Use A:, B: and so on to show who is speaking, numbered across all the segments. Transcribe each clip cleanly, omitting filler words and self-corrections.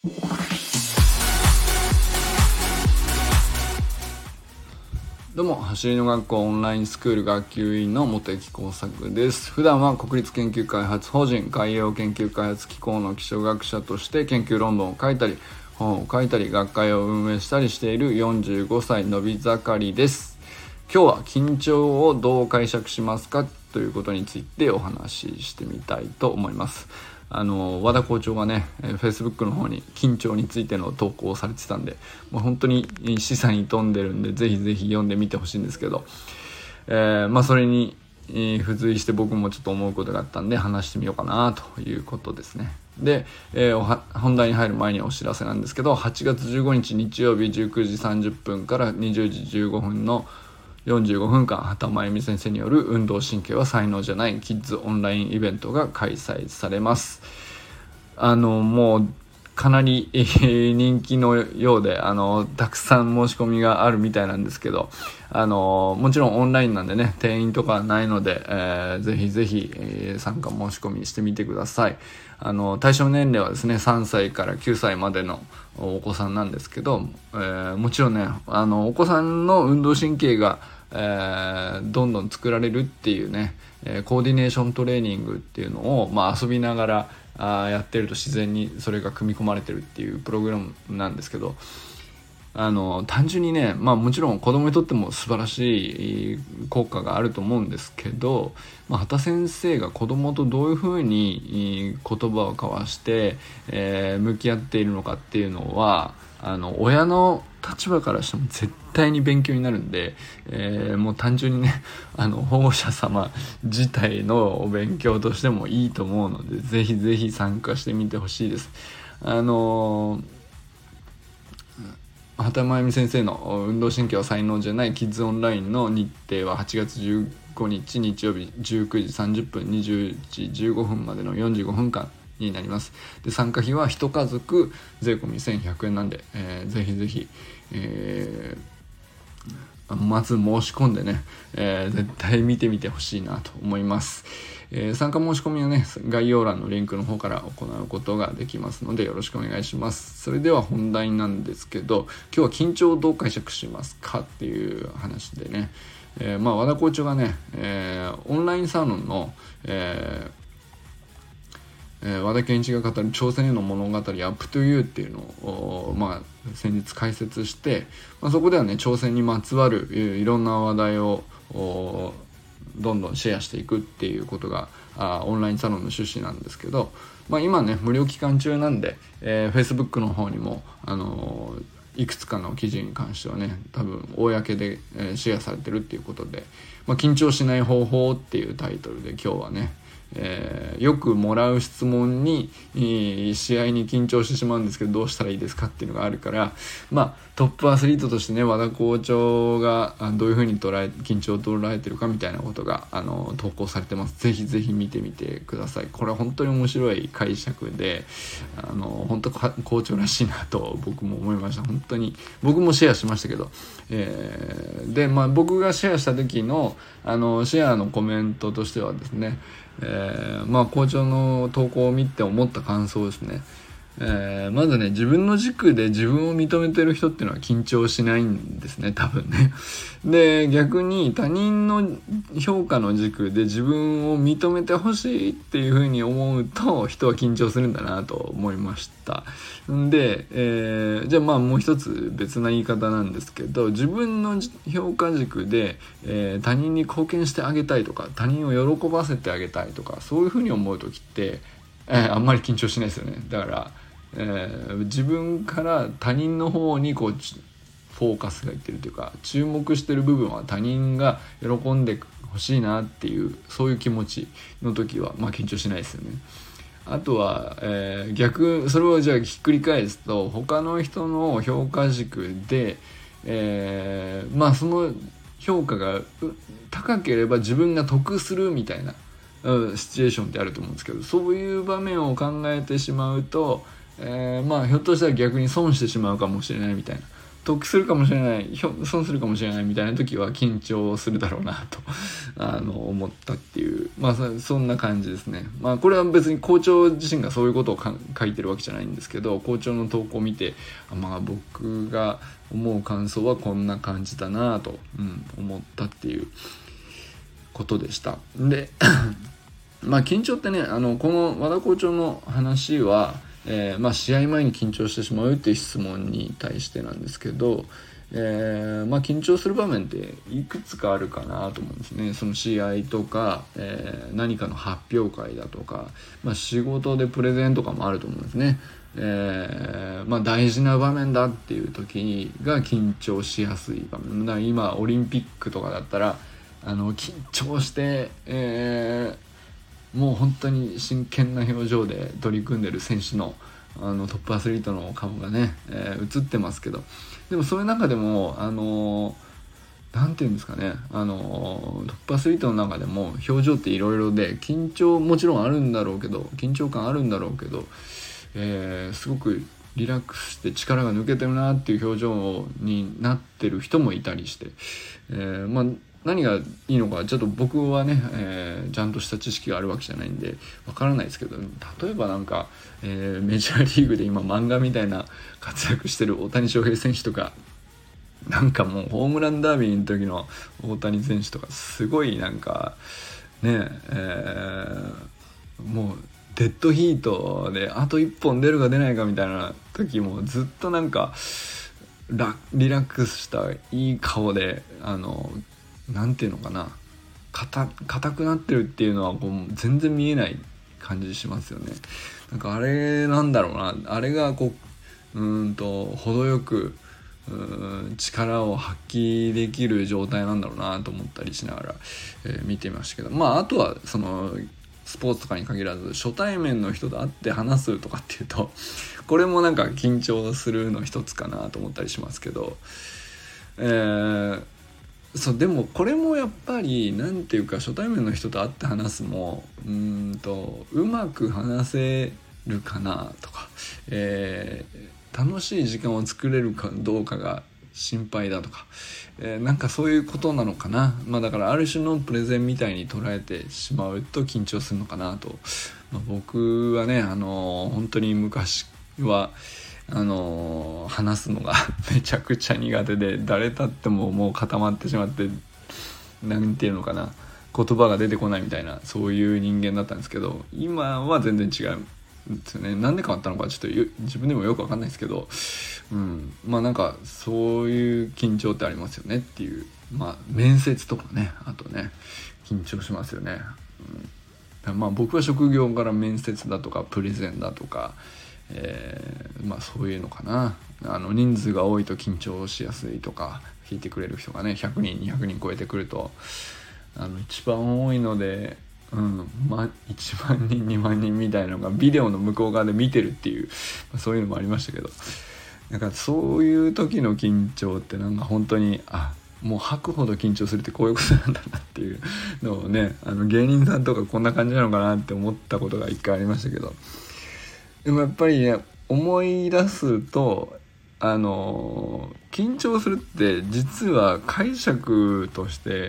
A: どうも、走りの学校オンラインスクール学級委員の茂木耕作です。普段は国立研究開発法人海洋研究開発機構の気象学者として研究論文を書いたり、本を書いたり、学会を運営したりしている45歳のび盛りです。今日は緊張をどう解釈しますかということについてお話ししてみたいと思います。和田校長がね、Facebook の方に緊張についての投稿をされてたんで、もう本当に示唆に富んでるんで、ぜひぜひ読んでみてほしいんですけど、それに付随して僕もちょっと思うことがあったんで話してみようかなということですね。で、本題に入る前にお知らせなんですけど、8月15日日曜日19時30分から20時15分の45分間、畑真由美先生による運動神経は才能じゃないキッズオンラインイベントが開催されます。もうかなり人気のようで、たくさん申し込みがあるみたいなんですけど、もちろんオンラインなんでね、定員とかはないので、ぜひぜひ、参加申し込みしてみてください。対象年齢はですね、3歳から9歳までのお子さんなんですけど、もちろんね、お子さんの運動神経がどんどん作られるっていうね、コーディネーショントレーニングっていうのを、遊びながらやってると自然にそれが組み込まれてるっていうプログラムなんですけど、単純にね、もちろん子供にとっても素晴らしい効果があると思うんですけど、畑先生が子供とどういうふうに言葉を交わして、向き合っているのかっていうのは、親の立場からしても絶対に勉強になるんで、もう単純にね、保護者様自体のお勉強としてもいいと思うので、ぜひぜひ参加してみてほしいです。畑真由美先生の運動神経は才能じゃないキッズオンラインの日程は8月15日日曜日19時30分20時15分までの45分間になります。で、参加費は1家族税込み1100円なんで、ぜひぜひ、まず申し込んでね、絶対見てみてほしいなと思います。参加申し込みはね、概要欄のリンクの方から行うことができますので、よろしくお願いします。それでは本題なんですけど、今日は緊張をどう解釈しますかっていう話でね、和田校長がね、オンラインサロンの、和田健一が語る挑戦への物語アップトゥユーっていうのを、先日解説して、そこではね、挑戦にまつわるいろんな話題をどんどんシェアしていくっていうことがオンラインサロンの趣旨なんですけど、今ね無料期間中なんで、Facebook の方にもいくつかの記事に関してはね、多分公で、シェアされてるっていうことで、緊張しない方法っていうタイトルで今日はね、よくもらう質問に、試合に緊張してしまうんですけどどうしたらいいですかっていうのがあるから、トップアスリートとしてね、和田校長がどういうふうに緊張を捉えてるかみたいなことが投稿されてます。ぜひぜひ見てみてください。これは本当に面白い解釈で、本当校長らしいなと僕も思いました。本当に僕もシェアしましたけど、で僕がシェアした時のシェアのコメントとしてはですね、校長の投稿を見て思った感想ですね。まずね、自分の軸で自分を認めてる人っていうのは緊張しないんですね、多分ね。で、逆に他人の評価の軸で自分を認めてほしいっていうふうに思うと人は緊張するんだなと思いました。で、じゃあもう一つ別な言い方なんですけど、自分の評価軸で、他人に貢献してあげたいとか、他人を喜ばせてあげたいとか、そういうふうに思う時って、あんまり緊張しないですよね。だから、自分から他人の方にフォーカスがいってるというか、注目してる部分は他人が喜んでほしいなっていう、そういう気持ちの時は緊張しないですよね。あとは、それをじゃあひっくり返すと、他の人の評価軸で、その評価が高ければ自分が得するみたいなシチュエーションってあると思うんですけど、そういう場面を考えてしまうと、ひょっとしたら逆に損してしまうかもしれないみたいな、 得するかもしれない、損するかもしれないみたいな時は緊張するだろうなと思ったっていう、そんな感じですね。これは別に校長自身がそういうことを書いてるわけじゃないんですけど、校長の投稿を見て僕が思う感想はこんな感じだなと、思ったっていうことでした。で緊張ってね、この和田校長の話は試合前に緊張してしまうっていう質問に対してなんですけど、緊張する場面っていくつかあるかなと思うんですね。その試合とか、何かの発表会だとか、仕事でプレゼンとかもあると思うんですね。大事な場面だっていう時が緊張しやすい場面だから、今オリンピックとかだったら緊張して、もう本当に真剣な表情で取り組んでる選手のトップアスリートの顔がね、映ってますけど、でもそういう中でもなんていうんですかね、トップアスリートの中でも表情っていろいろで、緊張もちろんあるんだろうけど、緊張感あるんだろうけど、すごくリラックスして力が抜けてるなっていう表情になってる人もいたりして、何がいいのかちょっと僕はね、ちゃんとした知識があるわけじゃないんでわからないですけど、例えばメジャーリーグで今漫画みたいな活躍してる大谷翔平選手とか、もうホームランダービーの時の大谷選手とかすごいもうデッドヒートであと1本出るか出ないかみたいな時もずっとリラックスしたいい顔でなんていうのかな、硬くなってるっていうのは全然見えない感じしますよね。あれなんだろうな、あれが程よく力を発揮できる状態なんだろうなと思ったりしながら、見てましたけど、あとはそのスポーツとかに限らず初対面の人と会って話すとかっていうと、これも緊張するの一つかなと思ったりしますけど、でもこれもやっぱりなんていうか、初対面の人と会って話すもうまく話せるかなとか、楽しい時間を作れるかどうかが心配だとか、そういうことなのかな。だからある種のプレゼンみたいに捉えてしまうと緊張するのかなと、僕はね本当に昔は話すのがめちゃくちゃ苦手で、誰立ってももう固まってしまって、なんていうのかな、言葉が出てこないみたいな、そういう人間だったんですけど、今は全然違うんですよね。なんで変わったのかちょっと自分でもよく分かんないですけど、そういう緊張ってありますよねっていう。面接とかね、あとね緊張しますよね。僕は職業から面接だとかプレゼンだとか、そういうのかな。人数が多いと緊張しやすいとか、聞いてくれる人がね100人200人超えてくると一番多いので、1万人2万人みたいなのがビデオの向こう側で見てるっていう、そういうのもありましたけど、そういう時の緊張って本当にもう吐くほど緊張するってこういうことなんだなっていうのをね、芸人さんとかこんな感じなのかなって思ったことが一回ありましたけど、でもやっぱりね、思い出すと緊張するって実は解釈として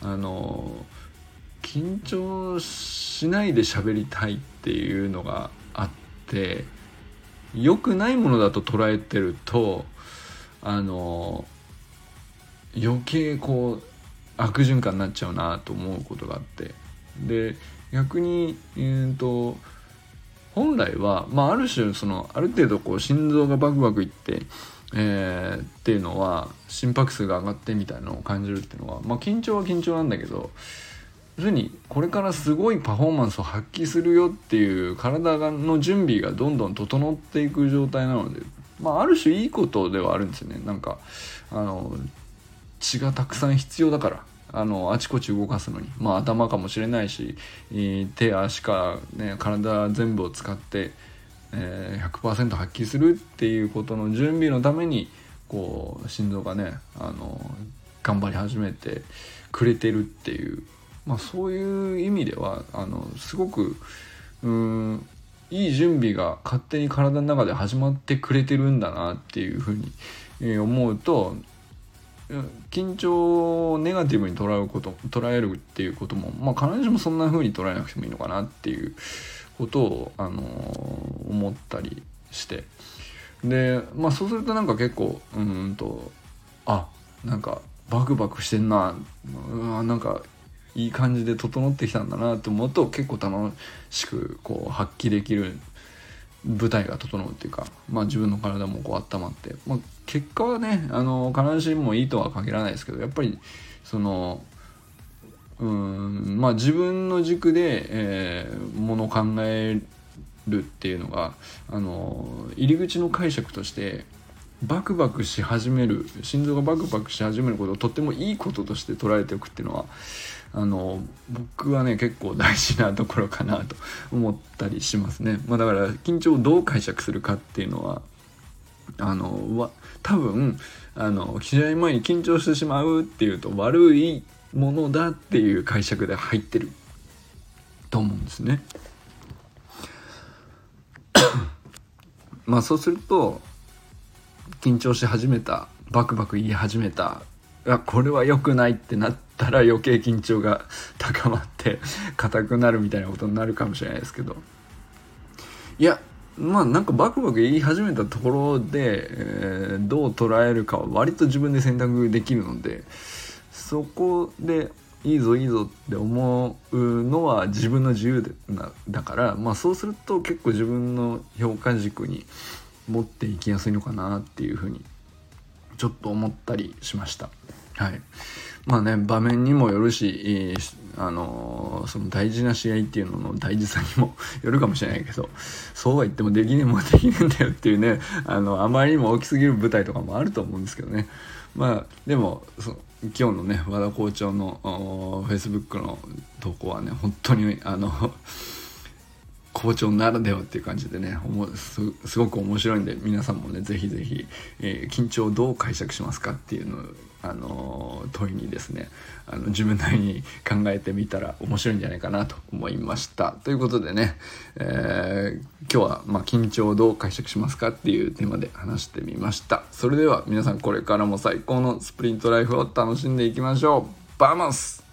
A: 緊張しないで喋りたいっていうのがあって、良くないものだと捉えてると余計悪循環になっちゃうなと思うことがあって、で逆に本来は、ある種ある程度心臓がバクバクいって、っていうのは心拍数が上がってみたいなのを感じるっていうのは、緊張は緊張なんだけど、要するにこれからすごいパフォーマンスを発揮するよっていう体の準備がどんどん整っていく状態なので、ある種いいことではあるんですよね。血がたくさん必要だから、あちこち動かすのに、頭かもしれないし、手足から、ね、体全部を使って、100% 発揮するっていうことの準備のために心臓がね頑張り始めてくれてるっていう、そういう意味ではすごくいい準備が勝手に体の中で始まってくれてるんだなっていうふうに、 思うと、緊張をネガティブに捉えるっていうことも、必ずしもそんな風に捉えなくてもいいのかなっていうことを、思ったりして、でそうするとなんか結構なんかバクバクしてんな、なんかいい感じで整ってきたんだなって思うと、結構楽しくこう発揮できる、舞台が整うっていうか、自分の体もこう温まって、結果はね必ずしもいいとは限らないですけど、やっぱりその自分の軸で、ものを考えるっていうのが入り口の解釈としてバクバクし始める、心臓がバクバクし始めることをとってもいいこととして捉えておくっていうのは僕はね結構大事なところかなと思ったりしますね。だから緊張をどう解釈するかっていうのは多分試合前に緊張してしまうっていうと悪いものだっていう解釈で入ってると思うんですね。そうすると緊張し始めた、バクバク言い始めた、これは良くないってなったら余計緊張が高まって硬くなるみたいなことになるかもしれないですけど、いやなんかバクバク言い始めたところで、どう捉えるかは割と自分で選択できるので、そこでいいぞいいぞって思うのは自分の自由だから、そうすると結構自分の評価軸に持っていきやすいのかなっていうふうにちょっと思ったりしました。はい。場面にもよるし、その大事な試合っていうのの大事さにもよるかもしれないけど、そうは言ってもできねえもんできねえんだよっていうね、あまりにも大きすぎる舞台とかもあると思うんですけどね。でも今日のね和田校長のFacebook の投稿はね、本当に校長ならではっていう感じでね、すごく面白いんで、皆さんもねぜひぜひ、緊張をどう解釈しますかっていうのを問いにですね、自分なりに考えてみたら面白いんじゃないかなと思いました。ということでね、今日は緊張をどう解釈しますかっていうテーマで話してみました。それでは皆さんこれからも最高のスプリントライフを楽しんでいきましょう。バモス。